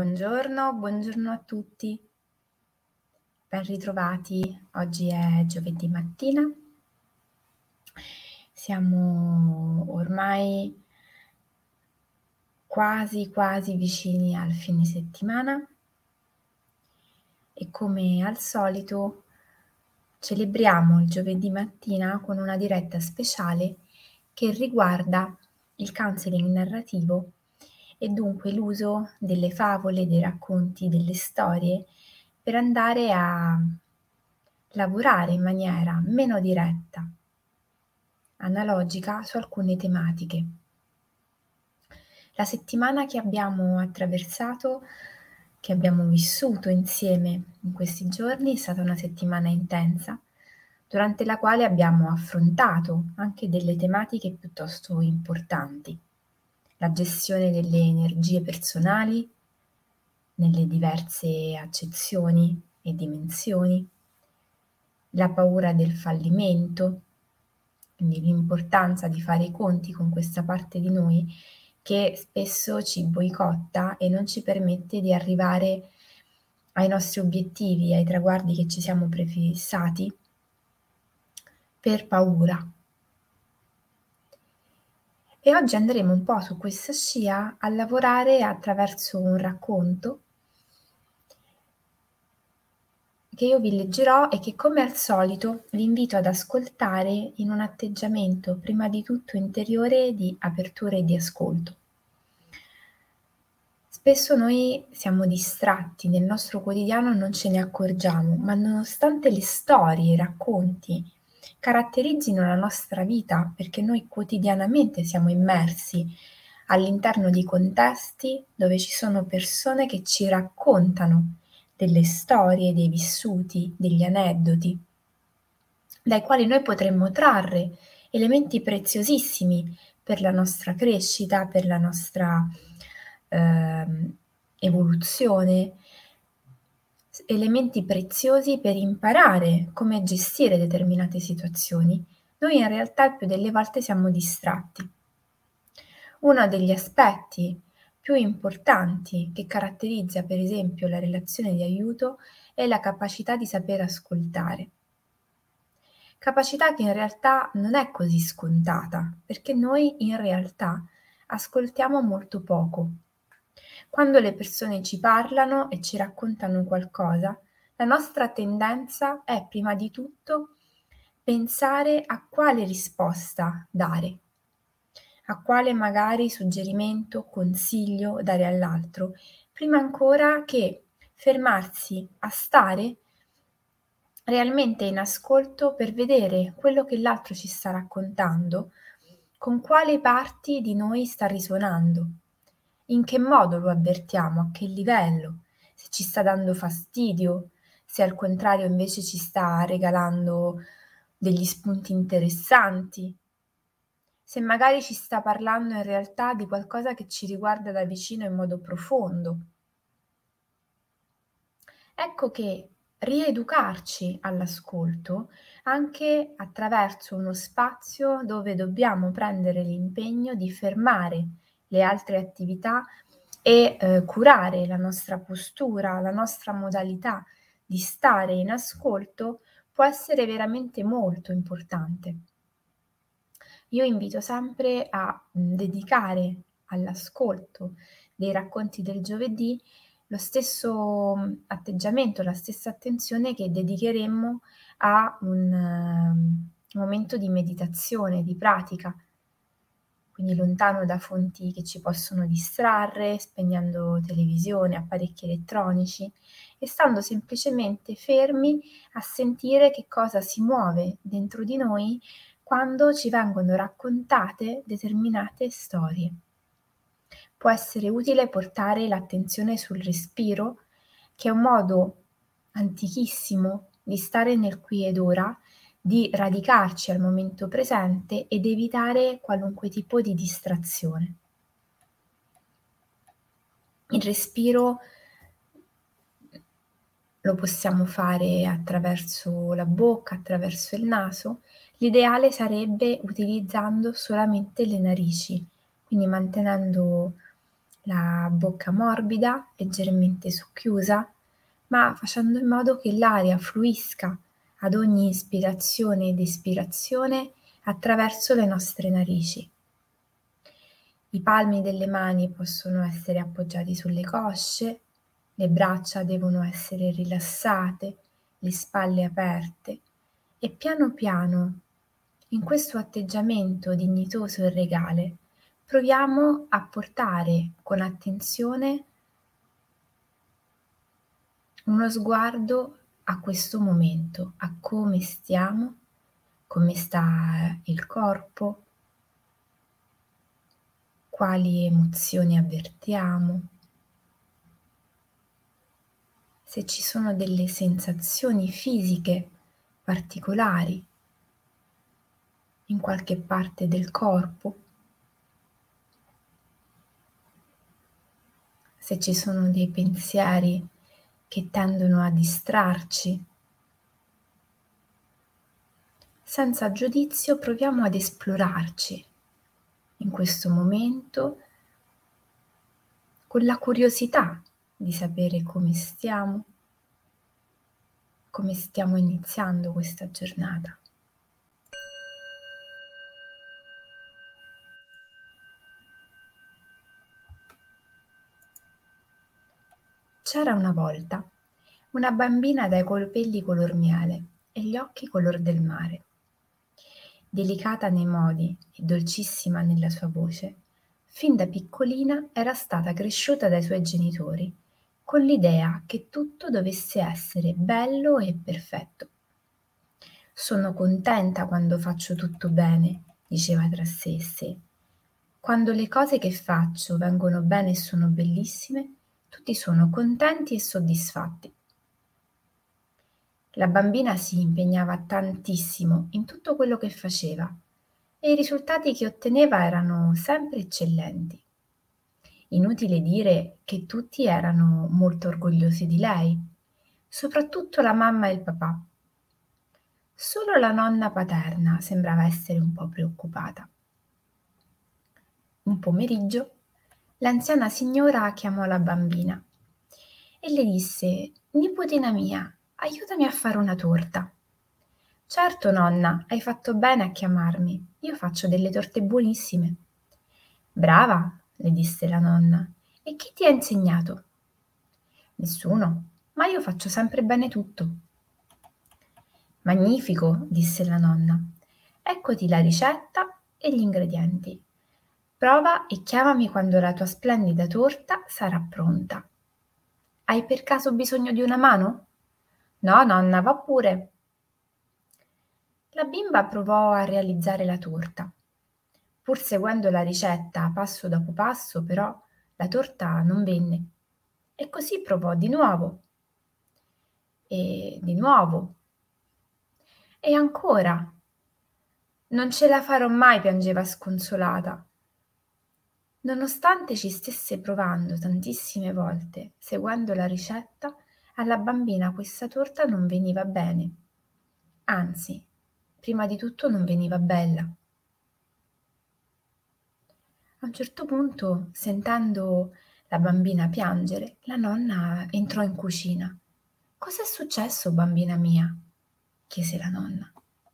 Buongiorno a tutti, ben ritrovati. Oggi è giovedì mattina, siamo ormai quasi vicini al fine settimana e come al solito celebriamo il giovedì mattina con una diretta speciale che riguarda il counseling narrativo e dunque l'uso delle favole, dei racconti, delle storie per andare a lavorare in maniera meno diretta, analogica su alcune tematiche. La settimana che abbiamo attraversato, che abbiamo vissuto insieme in questi giorni, è stata una settimana intensa, durante la quale abbiamo affrontato anche delle tematiche piuttosto importanti. La gestione delle energie personali nelle diverse accezioni e dimensioni, la paura del fallimento, quindi l'importanza di fare i conti con questa parte di noi che spesso ci boicotta e non ci permette di arrivare ai nostri obiettivi, ai traguardi che ci siamo prefissati per paura. E oggi andremo un po' su questa scia a lavorare attraverso un racconto che io vi leggerò e che come al solito vi invito ad ascoltare in un atteggiamento prima di tutto interiore di apertura e di ascolto. Spesso noi siamo distratti nel nostro quotidiano e non ce ne accorgiamo, ma nonostante le storie, i racconti caratterizzino la nostra vita, perché noi quotidianamente siamo immersi all'interno di contesti dove ci sono persone che ci raccontano delle storie, dei vissuti, degli aneddoti, dai quali noi potremmo trarre elementi preziosissimi per la nostra crescita, per la nostra evoluzione, elementi preziosi per imparare come gestire determinate situazioni. Noi in realtà il più delle volte siamo distratti. Uno degli aspetti più importanti che caratterizza per esempio la relazione di aiuto è la capacità di saper ascoltare. Capacità che in realtà non è così scontata, perché noi in realtà ascoltiamo molto poco. Quando le persone ci parlano e ci raccontano qualcosa, la nostra tendenza è prima di tutto pensare a quale risposta dare, a quale magari suggerimento, consiglio dare all'altro, prima ancora che fermarsi a stare realmente in ascolto per vedere quello che l'altro ci sta raccontando, con quali parti di noi sta risuonando, in che modo lo avvertiamo, a che livello, se ci sta dando fastidio, se al contrario invece ci sta regalando degli spunti interessanti, se magari ci sta parlando in realtà di qualcosa che ci riguarda da vicino in modo profondo. Ecco che rieducarci all'ascolto anche attraverso uno spazio dove dobbiamo prendere l'impegno di fermare le altre attività e curare la nostra postura, la nostra modalità di stare in ascolto può essere veramente molto importante. Io invito sempre a dedicare all'ascolto dei racconti del giovedì lo stesso atteggiamento, la stessa attenzione che dedicheremmo a un momento di meditazione, di pratica, quindi lontano da fonti che ci possono distrarre, spegnendo televisione, apparecchi elettronici e stando semplicemente fermi a sentire che cosa si muove dentro di noi quando ci vengono raccontate determinate storie. Può essere utile portare l'attenzione sul respiro, che è un modo antichissimo di stare nel qui ed ora, di radicarci al momento presente ed evitare qualunque tipo di distrazione. Il respiro lo possiamo fare attraverso la bocca, attraverso il naso. L'ideale sarebbe utilizzando solamente le narici, quindi mantenendo la bocca morbida, leggermente socchiusa, ma facendo in modo che l'aria fluisca ad ogni ispirazione ed espirazione attraverso le nostre narici. I palmi delle mani possono essere appoggiati sulle cosce, le braccia devono essere rilassate, le spalle aperte e piano piano, in questo atteggiamento dignitoso e regale, proviamo a portare con attenzione uno sguardo a questo momento, a come stiamo, come sta il corpo, quali emozioni avvertiamo, se ci sono delle sensazioni fisiche particolari in qualche parte del corpo, se ci sono dei pensieri che tendono a distrarci. Senza giudizio proviamo ad esplorarci in questo momento con la curiosità di sapere come stiamo iniziando questa giornata. C'era una volta una bambina dai capelli color miele e gli occhi color del mare. Delicata nei modi e dolcissima nella sua voce, fin da piccolina era stata cresciuta dai suoi genitori con l'idea che tutto dovesse essere bello e perfetto. Sono contenta quando faccio tutto bene, diceva tra sé e sé. Quando le cose che faccio vengono bene e sono bellissime, tutti sono contenti e soddisfatti. La bambina si impegnava tantissimo in tutto quello che faceva e i risultati che otteneva erano sempre eccellenti. Inutile dire che tutti erano molto orgogliosi di lei, soprattutto la mamma e il papà. Solo la nonna paterna sembrava essere un po' preoccupata. Un pomeriggio, l'anziana signora chiamò la bambina e le disse: «Nipotina mia, aiutami a fare una torta». «Certo, nonna, hai fatto bene a chiamarmi. Io faccio delle torte buonissime». «Brava», le disse la nonna. «E chi ti ha insegnato?» «Nessuno, ma io faccio sempre bene tutto». «Magnifico», disse la nonna. «Eccoti la ricetta e gli ingredienti. Prova e chiamami quando la tua splendida torta sarà pronta». «Hai per caso bisogno di una mano?» «No, nonna, va pure». La bimba provò a realizzare la torta. Pur seguendo la ricetta passo dopo passo, però, la torta non venne. E così provò di nuovo, e di nuovo, e ancora. «Non ce la farò mai», piangeva sconsolata. Nonostante ci stesse provando tantissime volte, seguendo la ricetta, alla bambina questa torta non veniva bene. Anzi, prima di tutto non veniva bella. A un certo punto, sentendo la bambina piangere, la nonna entrò in cucina. «Cos'è successo, bambina mia?» chiese la nonna.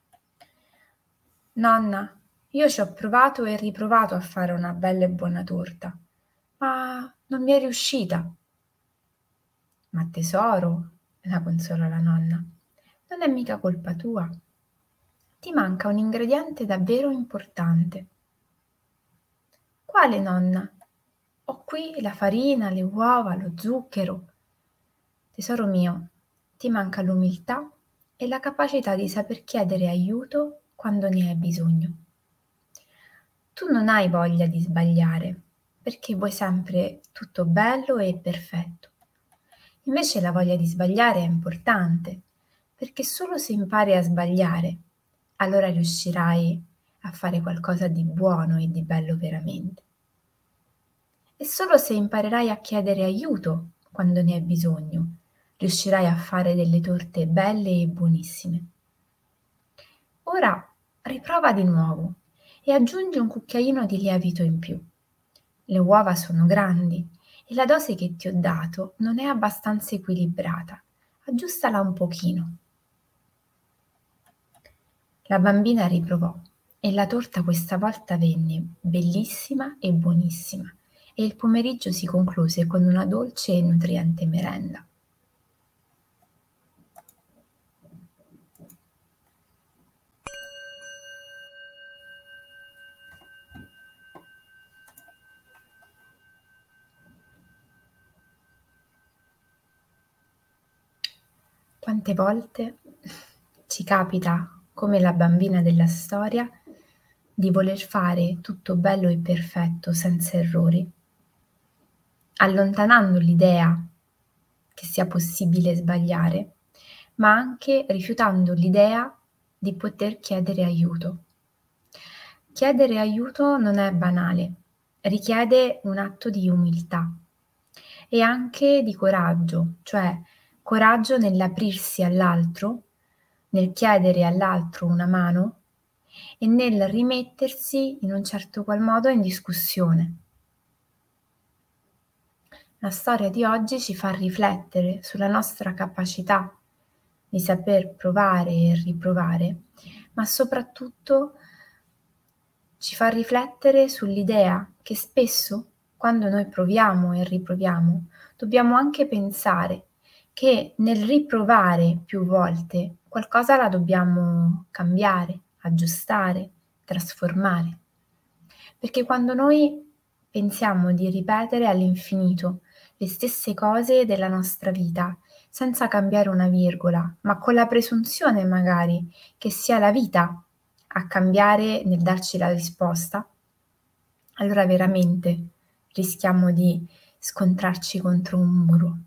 «Nonna, io ci ho provato e riprovato a fare una bella e buona torta, ma non mi è riuscita». «Ma tesoro», la consolò la nonna, «non è mica colpa tua. Ti manca un ingrediente davvero importante». «Quale, nonna?» «Ho qui la farina, le uova, lo zucchero». «Tesoro mio, ti manca l'umiltà e la capacità di saper chiedere aiuto quando ne hai bisogno. Tu non hai voglia di sbagliare, perché vuoi sempre tutto bello e perfetto. Invece la voglia di sbagliare è importante, perché solo se impari a sbagliare, allora riuscirai a fare qualcosa di buono e di bello veramente. E solo se imparerai a chiedere aiuto quando ne hai bisogno, riuscirai a fare delle torte belle e buonissime. Ora riprova di nuovo e aggiungi un cucchiaino di lievito in più. le uova sono grandi e la dose che ti ho dato non è abbastanza equilibrata. Aggiustala un pochino. La bambina riprovò e la torta questa volta venne bellissima e buonissima e il pomeriggio si concluse con una dolce e nutriente merenda. Quante volte ci capita, come la bambina della storia, di voler fare tutto bello e perfetto senza errori, allontanando l'idea che sia possibile sbagliare, ma anche rifiutando l'idea di poter chiedere aiuto. Chiedere aiuto non è banale, richiede un atto di umiltà e anche di coraggio, cioè coraggio nell'aprirsi all'altro, nel chiedere all'altro una mano e nel rimettersi in un certo qual modo in discussione. La storia di oggi ci fa riflettere sulla nostra capacità di saper provare e riprovare, ma soprattutto ci fa riflettere sull'idea che spesso, quando noi proviamo e riproviamo, dobbiamo anche pensare che nel riprovare più volte qualcosa la dobbiamo cambiare, aggiustare, trasformare. Perché quando noi pensiamo di ripetere all'infinito le stesse cose della nostra vita, senza cambiare una virgola, ma con la presunzione magari che sia la vita a cambiare nel darci la risposta, allora veramente rischiamo di scontrarci contro un muro.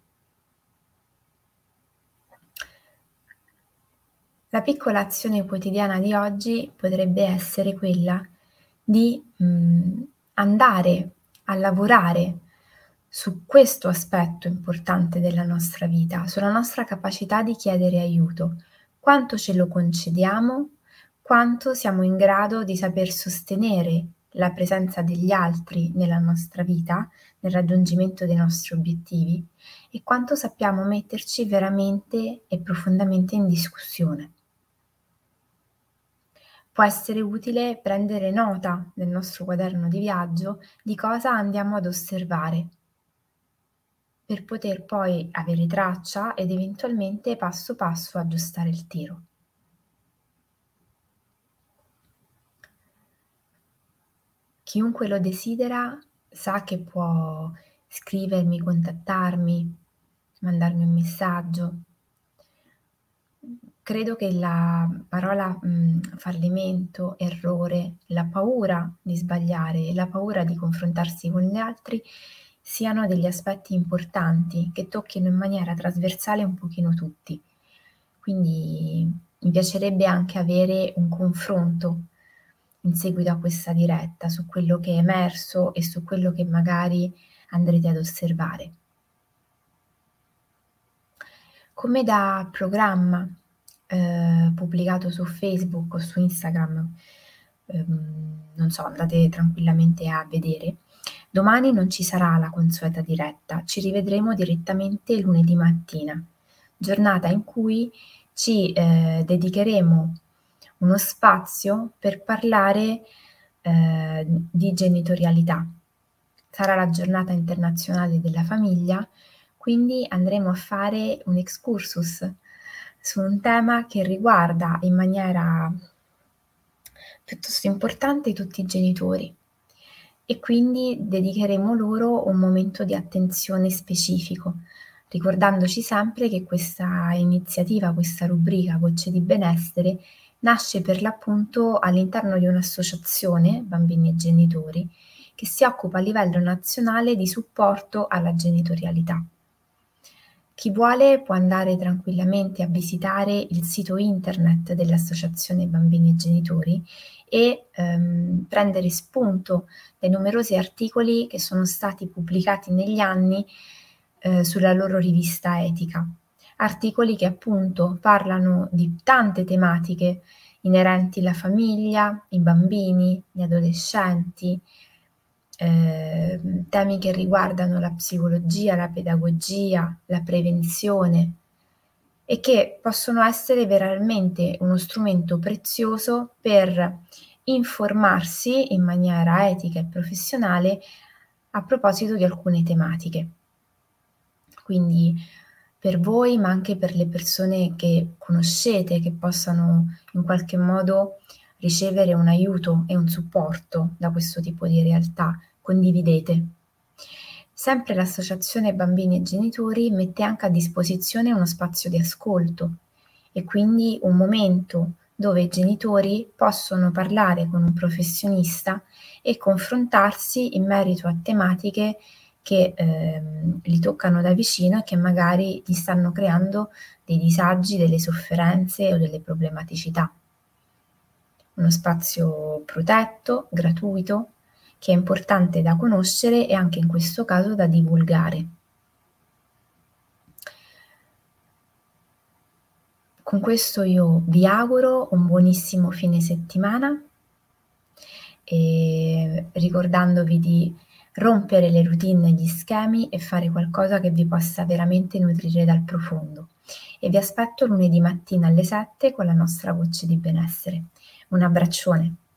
La piccola azione quotidiana di oggi potrebbe essere quella di andare a lavorare su questo aspetto importante della nostra vita, sulla nostra capacità di chiedere aiuto, quanto ce lo concediamo, quanto siamo in grado di saper sostenere la presenza degli altri nella nostra vita, nel raggiungimento dei nostri obiettivi e quanto sappiamo metterci veramente e profondamente in discussione. Può essere utile prendere nota nel nostro quaderno di viaggio di cosa andiamo ad osservare, per poter poi avere traccia ed eventualmente passo passo aggiustare il tiro. Chiunque lo desidera sa che può scrivermi, contattarmi, mandarmi un messaggio. Credo che la parola, fallimento, errore, la paura di sbagliare e la paura di confrontarsi con gli altri siano degli aspetti importanti che tocchino in maniera trasversale un pochino tutti. Quindi mi piacerebbe anche avere un confronto in seguito a questa diretta su quello che è emerso e su quello che magari andrete ad osservare. Come da programma, pubblicato su Facebook o su Instagram, non so, andate tranquillamente a vedere. Domani non ci sarà la consueta diretta, ci rivedremo direttamente lunedì mattina, giornata in cui ci, dedicheremo uno spazio per parlare, di genitorialità. Sarà la giornata internazionale della famiglia, quindi andremo a fare un excursus su un tema che riguarda in maniera piuttosto importante tutti i genitori e quindi dedicheremo loro un momento di attenzione specifico, ricordandoci sempre che questa iniziativa, questa rubrica Gocce di benessere, nasce per l'appunto all'interno di un'associazione, Bambini e Genitori, che si occupa a livello nazionale di supporto alla genitorialità. Chi vuole può andare tranquillamente a visitare il sito internet dell'Associazione Bambini e Genitori e prendere spunto dai numerosi articoli che sono stati pubblicati negli anni sulla loro rivista etica. Articoli che appunto parlano di tante tematiche inerenti alla famiglia, i bambini, gli adolescenti, temi che riguardano la psicologia, la pedagogia, la prevenzione e che possono essere veramente uno strumento prezioso per informarsi in maniera etica e professionale a proposito di alcune tematiche. Quindi per voi, ma anche per le persone che conoscete, che possano in qualche modo ricevere un aiuto e un supporto da questo tipo di realtà, condividete. Sempre l'Associazione Bambini e Genitori mette anche a disposizione uno spazio di ascolto e quindi un momento dove i genitori possono parlare con un professionista e confrontarsi in merito a tematiche che li toccano da vicino e che magari gli stanno creando dei disagi, delle sofferenze o delle problematicità. Uno spazio protetto, gratuito, che è importante da conoscere e anche in questo caso da divulgare. Con questo io vi auguro un buonissimo fine settimana e ricordandovi di rompere le routine e gli schemi e fare qualcosa che vi possa veramente nutrire dal profondo. E vi aspetto lunedì mattina alle 7 con la nostra voce di benessere. Un abbraccione.